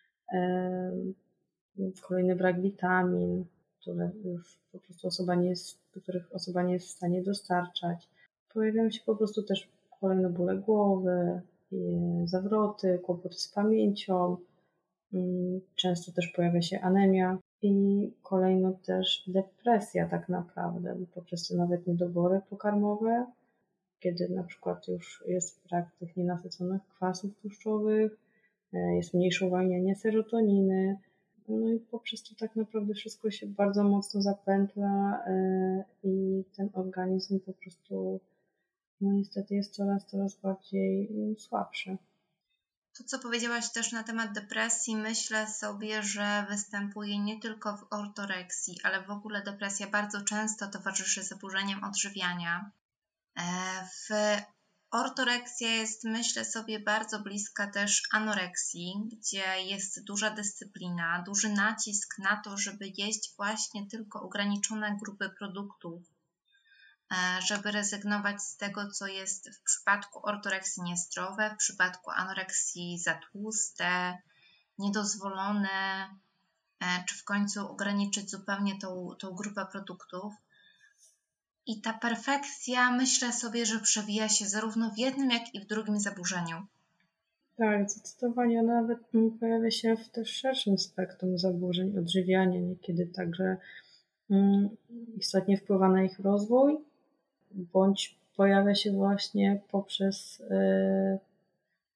Kolejny brak witamin, które już po prostu których osoba nie jest w stanie dostarczać. Pojawiają się po prostu też kolejne bóle głowy, zawroty, kłopoty z pamięcią. Często też pojawia się anemia i kolejno też depresja tak naprawdę, poprzez te nawet niedobory pokarmowe, kiedy na przykład już jest brak tych nienasyconych kwasów tłuszczowych, jest mniejsze uwalnianie serotoniny, no i poprzez to tak naprawdę wszystko się bardzo mocno zapętla i ten organizm po prostu niestety jest coraz bardziej słabszy. To, co powiedziałaś też na temat depresji, myślę sobie, że występuje nie tylko w ortoreksji, ale w ogóle depresja bardzo często towarzyszy zaburzeniom odżywiania. W ortoreksja jest, myślę sobie, bardzo bliska też anoreksji, gdzie jest duża dyscyplina, duży nacisk na to, żeby jeść właśnie tylko ograniczone grupy produktów, żeby rezygnować z tego, co jest w przypadku ortoreksji niezdrowe, w przypadku anoreksji za tłuste, niedozwolone, czy w końcu ograniczyć zupełnie tą grupę produktów. I ta perfekcja, myślę sobie, że przewija się zarówno w jednym, jak i w drugim zaburzeniu. Tak, zdecydowanie. Ona nawet pojawia się w też szerszym spektrum zaburzeń odżywiania, niekiedy także istotnie wpływa na ich rozwój, bądź pojawia się właśnie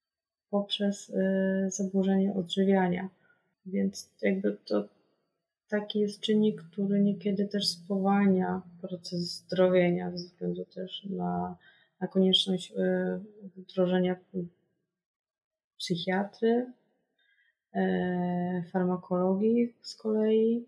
poprzez zaburzenie odżywiania. Więc jakby to taki jest czynnik, który niekiedy też spowalnia proces zdrowienia ze względu też na konieczność wdrożenia psychiatry, farmakologii z kolei.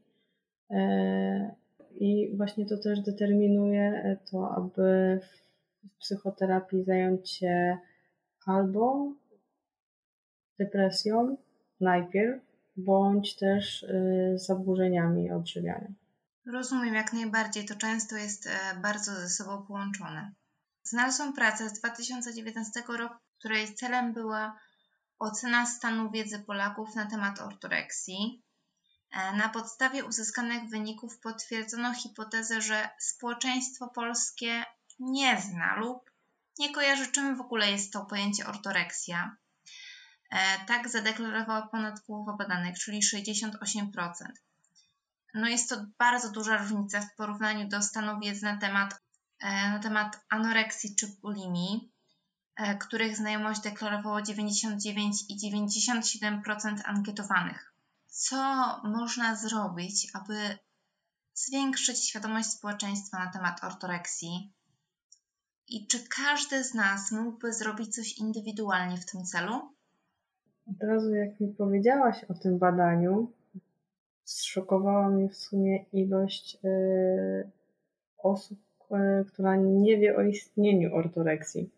I właśnie to też determinuje to, aby w psychoterapii zająć się albo depresją najpierw, bądź też zaburzeniami odżywiania. Rozumiem jak najbardziej, to często jest bardzo ze sobą połączone. Znalazłam pracę z 2019 roku, której celem była ocena stanu wiedzy Polaków na temat ortoreksji. Na podstawie uzyskanych wyników potwierdzono hipotezę, że społeczeństwo polskie nie zna lub nie kojarzy, czym w ogóle jest to pojęcie ortoreksja. Tak zadeklarowała ponad połowa badanych, czyli 68%. No jest to bardzo duża różnica w porównaniu do stanu wiedzy na temat anoreksji czy bulimii, których znajomość deklarowało 99 i 97% ankietowanych. Co można zrobić, aby zwiększyć świadomość społeczeństwa na temat ortoreksji? I czy każdy z nas mógłby zrobić coś indywidualnie w tym celu? Od razu jak mi powiedziałaś o tym badaniu, zszokowała mnie w sumie ilość osób, która nie wie o istnieniu ortoreksji.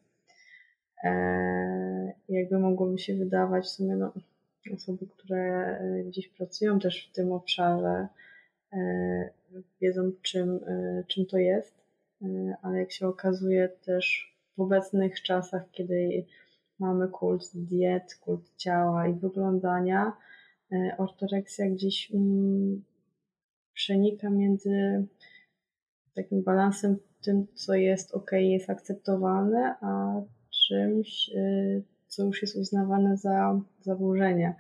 Jakby mogłoby się wydawać w sumie, osoby, które gdzieś pracują też w tym obszarze, wiedzą czym to jest, ale jak się okazuje też w obecnych czasach, kiedy mamy kult diet, kult ciała i wyglądania, ortoreksja gdzieś przenika między takim balansem tym, co jest jest akceptowalne, a czymś, co już jest uznawane za zaburzenie.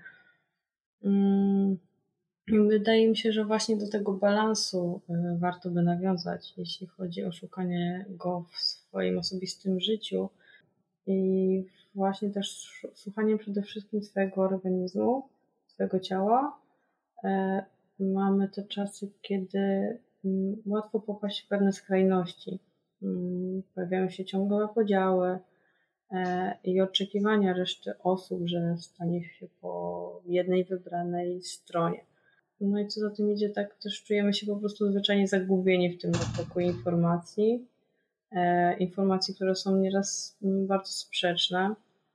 Wydaje mi się, że właśnie do tego balansu warto by nawiązać, jeśli chodzi o szukanie go w swoim osobistym życiu i właśnie też słuchanie przede wszystkim swojego organizmu, swojego ciała. Mamy te czasy, kiedy łatwo popaść w pewne skrajności. Pojawiają się ciągłe podziały i oczekiwania reszty osób, że stanie się po jednej wybranej stronie. No i co za tym idzie, tak też czujemy się po prostu zwyczajnie zagubieni w tym natoku informacji, które są nieraz bardzo sprzeczne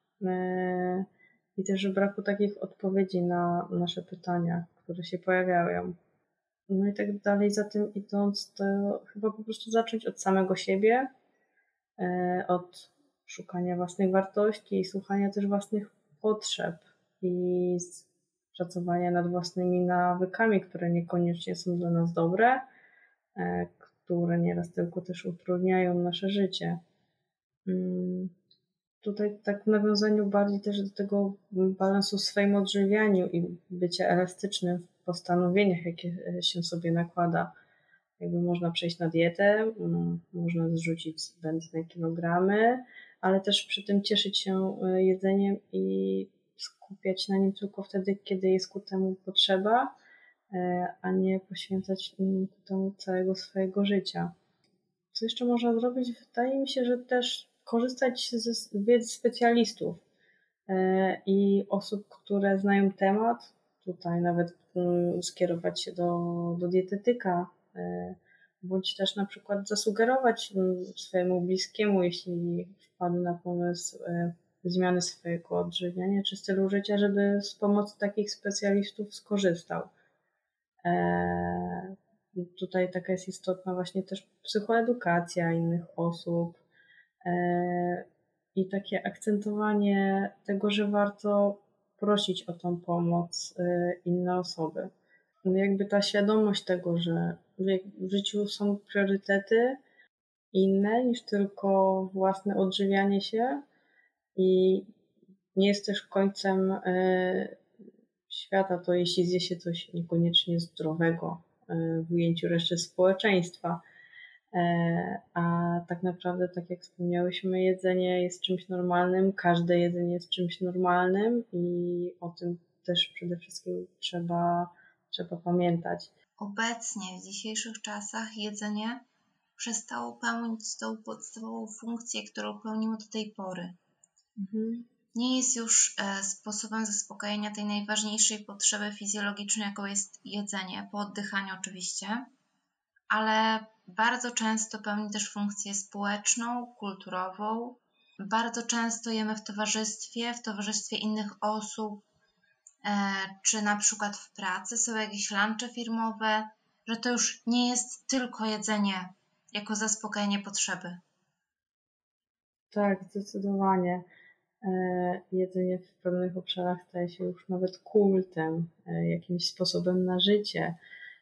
i też braku takich odpowiedzi na nasze pytania, które się pojawiają. No i tak dalej, za tym idąc, to chyba po prostu zacząć od samego siebie, od szukania własnej wartości i słuchania też własnych potrzeb i pracowania nad własnymi nawykami, które niekoniecznie są dla nas dobre, które nieraz tylko też utrudniają nasze życie. Tutaj tak w nawiązaniu bardziej też do tego balansu w swoim odżywianiu i bycia elastycznym w postanowieniach, jakie się sobie nakłada. Jakby można przejść na dietę, można zrzucić zbędne kilogramy, ale też przy tym cieszyć się jedzeniem i skupiać na nim tylko wtedy, kiedy jest ku temu potrzeba, a nie poświęcać ku temu całego swojego życia. Co jeszcze można zrobić? Wydaje mi się, że też korzystać z wiedzy specjalistów i osób, które znają temat. Tutaj nawet skierować się do dietetyka, bądź też na przykład zasugerować swojemu bliskiemu, jeśli wpadł na pomysł zmiany swojego odżywiania czy stylu życia, żeby z pomocy takich specjalistów skorzystał. Tutaj taka jest istotna właśnie też psychoedukacja innych osób i takie akcentowanie tego, że warto prosić o tą pomoc inne osoby. Jakby ta świadomość tego, że w życiu są priorytety inne niż tylko własne odżywianie się i nie jest też końcem świata to, jeśli zje się coś niekoniecznie zdrowego w ujęciu reszty społeczeństwa. A tak naprawdę, tak jak wspomniałyśmy, jedzenie jest czymś normalnym, każde jedzenie jest czymś normalnym i o tym też przede wszystkim trzeba pamiętać. obecnie w dzisiejszych czasach jedzenie przestało pełnić tą podstawową funkcję, którą pełniło do tej pory. Nie jest już sposobem zaspokojenia tej najważniejszej potrzeby fizjologicznej, jaką jest jedzenie, po oddychaniu oczywiście, ale bardzo często pełni też funkcję społeczną, kulturową. Bardzo często jemy w towarzystwie innych osób, czy na przykład w pracy są jakieś lunche firmowe, że to już nie jest tylko jedzenie jako zaspokojenie potrzeby. Tak, zdecydowanie. Jedzenie w pewnych obszarach staje się już nawet kultem, jakimś sposobem na życie.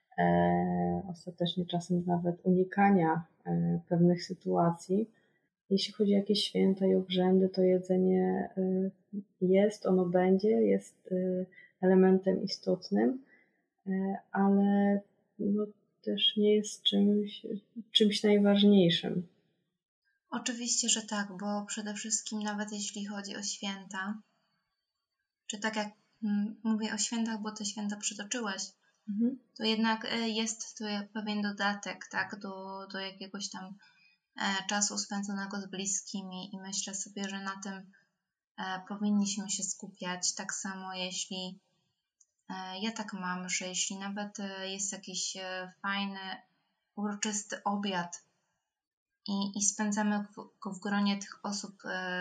Ostatecznie czasem nawet unikania pewnych sytuacji. Jeśli chodzi o jakieś święta i obrzędy, to jedzenie jest, ono będzie, jest elementem istotnym, ale no, też nie jest czymś najważniejszym. Oczywiście, że tak, bo przede wszystkim nawet jeśli chodzi o święta, czy tak jak mówię o świętach, bo te święta przytoczyłaś, to jednak jest tu pewien dodatek, tak, do jakiegoś tam czasu spędzonego z bliskimi i myślę sobie, że na tym powinniśmy się skupiać. Tak samo jeśli ja tak mam, że jeśli nawet jest jakiś fajny, uroczysty obiad i spędzamy go w gronie tych osób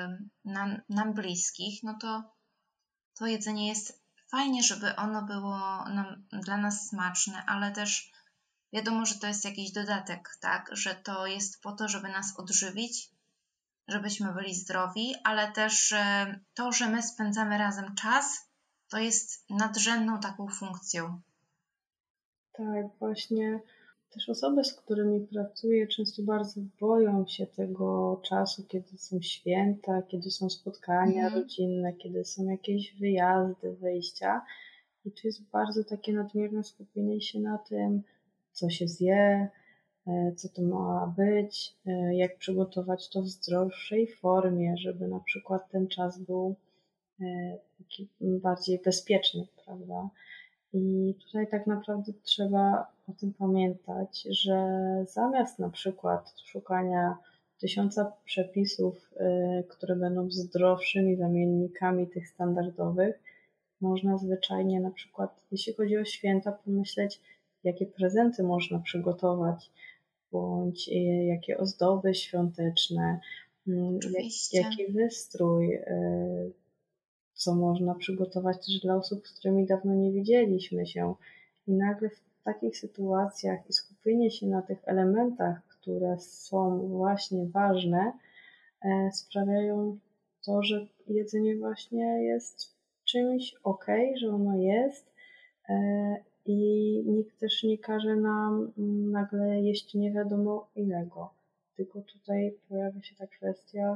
nam bliskich, no to jedzenie jest fajnie, żeby ono było dla nas smaczne, ale też wiadomo, że to jest jakiś dodatek, tak? Że to jest po to, żeby nas odżywić, żebyśmy byli zdrowi, ale też to, że my spędzamy razem czas, to jest nadrzędną taką funkcją. Tak, właśnie też osoby, z którymi pracuję, często bardzo boją się tego czasu, kiedy są święta, kiedy są spotkania rodzinne, kiedy są jakieś wyjazdy, wyjścia. I tu jest bardzo takie nadmierne skupienie się na tym, co się zje, co to ma być, jak przygotować to w zdrowszej formie, żeby na przykład ten czas był taki bardziej bezpieczny, prawda? I tutaj tak naprawdę trzeba o tym pamiętać, że zamiast na przykład szukania 1000 przepisów, które będą zdrowszymi zamiennikami tych standardowych, można zwyczajnie na przykład, jeśli chodzi o święta, pomyśleć, jakie prezenty można przygotować, bądź jakie ozdoby świąteczne, jaki wystrój, co można przygotować też dla osób, z którymi dawno nie widzieliśmy się. I nagle w takich sytuacjach i skupienie się na tych elementach, które są właśnie ważne, sprawiają to, że jedzenie właśnie jest czymś że ono jest i nikt też nie każe nam nagle jeść nie wiadomo ilego. Tylko tutaj pojawia się ta kwestia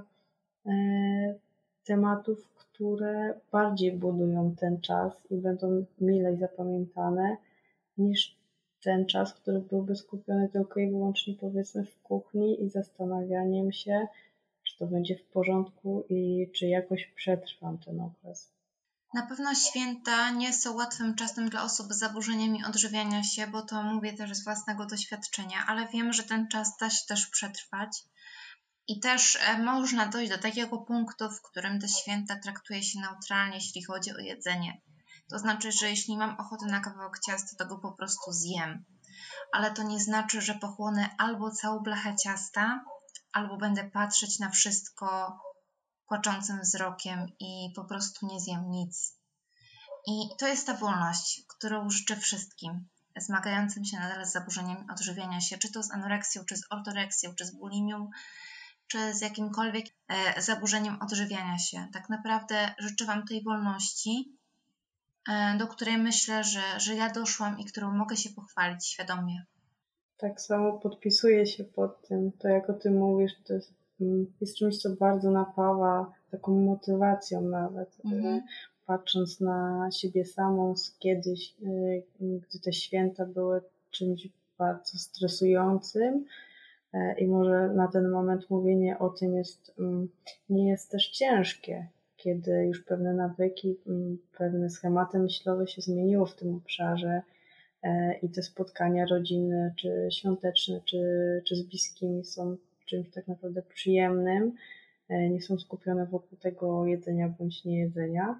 tematów, które bardziej budują ten czas i będą milej zapamiętane niż ten czas, który byłby skupiony tylko i wyłącznie powiedzmy w kuchni i zastanawianiem się, czy to będzie w porządku i czy jakoś przetrwam ten okres. Na pewno święta nie są łatwym czasem dla osób z zaburzeniami odżywiania się, bo to mówię też z własnego doświadczenia, ale wiem, że ten czas da się też przetrwać i też można dojść do takiego punktu, w którym te święta traktuje się neutralnie, jeśli chodzi o jedzenie. To znaczy, że jeśli mam ochotę na kawałek ciasta, to go po prostu zjem. Ale to nie znaczy, że pochłonę albo całą blachę ciasta, albo będę patrzeć na wszystko płaczącym wzrokiem i po prostu nie zjem nic. I to jest ta wolność, którą życzę wszystkim zmagającym się nadal z zaburzeniami odżywiania się, czy to z anoreksją, czy z ortoreksją, czy z bulimią, czy z jakimkolwiek zaburzeniem odżywiania się. Tak naprawdę życzę Wam tej wolności, do której myślę, że ja doszłam i którą mogę się pochwalić świadomie. Tak samo podpisuję się pod tym, to jak o tym mówisz, to jest czymś, co bardzo napawa taką motywacją nawet, patrząc na siebie samą z kiedyś, gdy te święta były czymś bardzo stresującym i może na ten moment mówienie o tym nie jest też ciężkie, kiedy już pewne nawyki, pewne schematy myślowe się zmieniło w tym obszarze, i te spotkania rodzinne, czy świąteczne, czy z bliskimi są czymś tak naprawdę przyjemnym, nie są skupione wokół tego jedzenia bądź niejedzenia.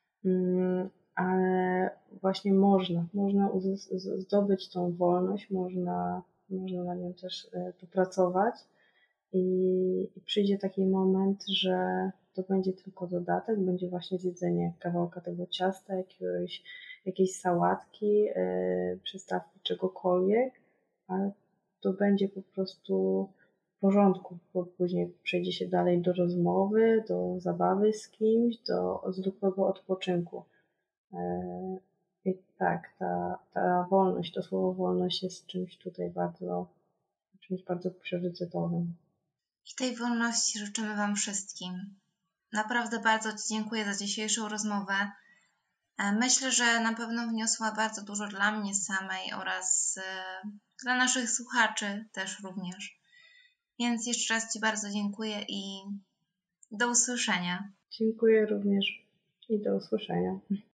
Ale właśnie można zdobyć tą wolność, można na nią też popracować i przyjdzie taki moment, że to będzie tylko dodatek, będzie właśnie zjedzenie kawałka tego ciasta, jakiejś sałatki, przystawki czegokolwiek, ale to będzie po prostu w porządku, bo później przejdzie się dalej do rozmowy, do zabawy z kimś, do zwykłego odpoczynku. I tak, ta wolność, to słowo wolność jest czymś tutaj czymś bardzo priorytetowym. I tej wolności życzymy Wam wszystkim. Naprawdę bardzo Ci dziękuję za dzisiejszą rozmowę. Myślę, że na pewno wniosła bardzo dużo dla mnie samej oraz dla naszych słuchaczy też również. Więc jeszcze raz Ci bardzo dziękuję i do usłyszenia. Dziękuję również i do usłyszenia.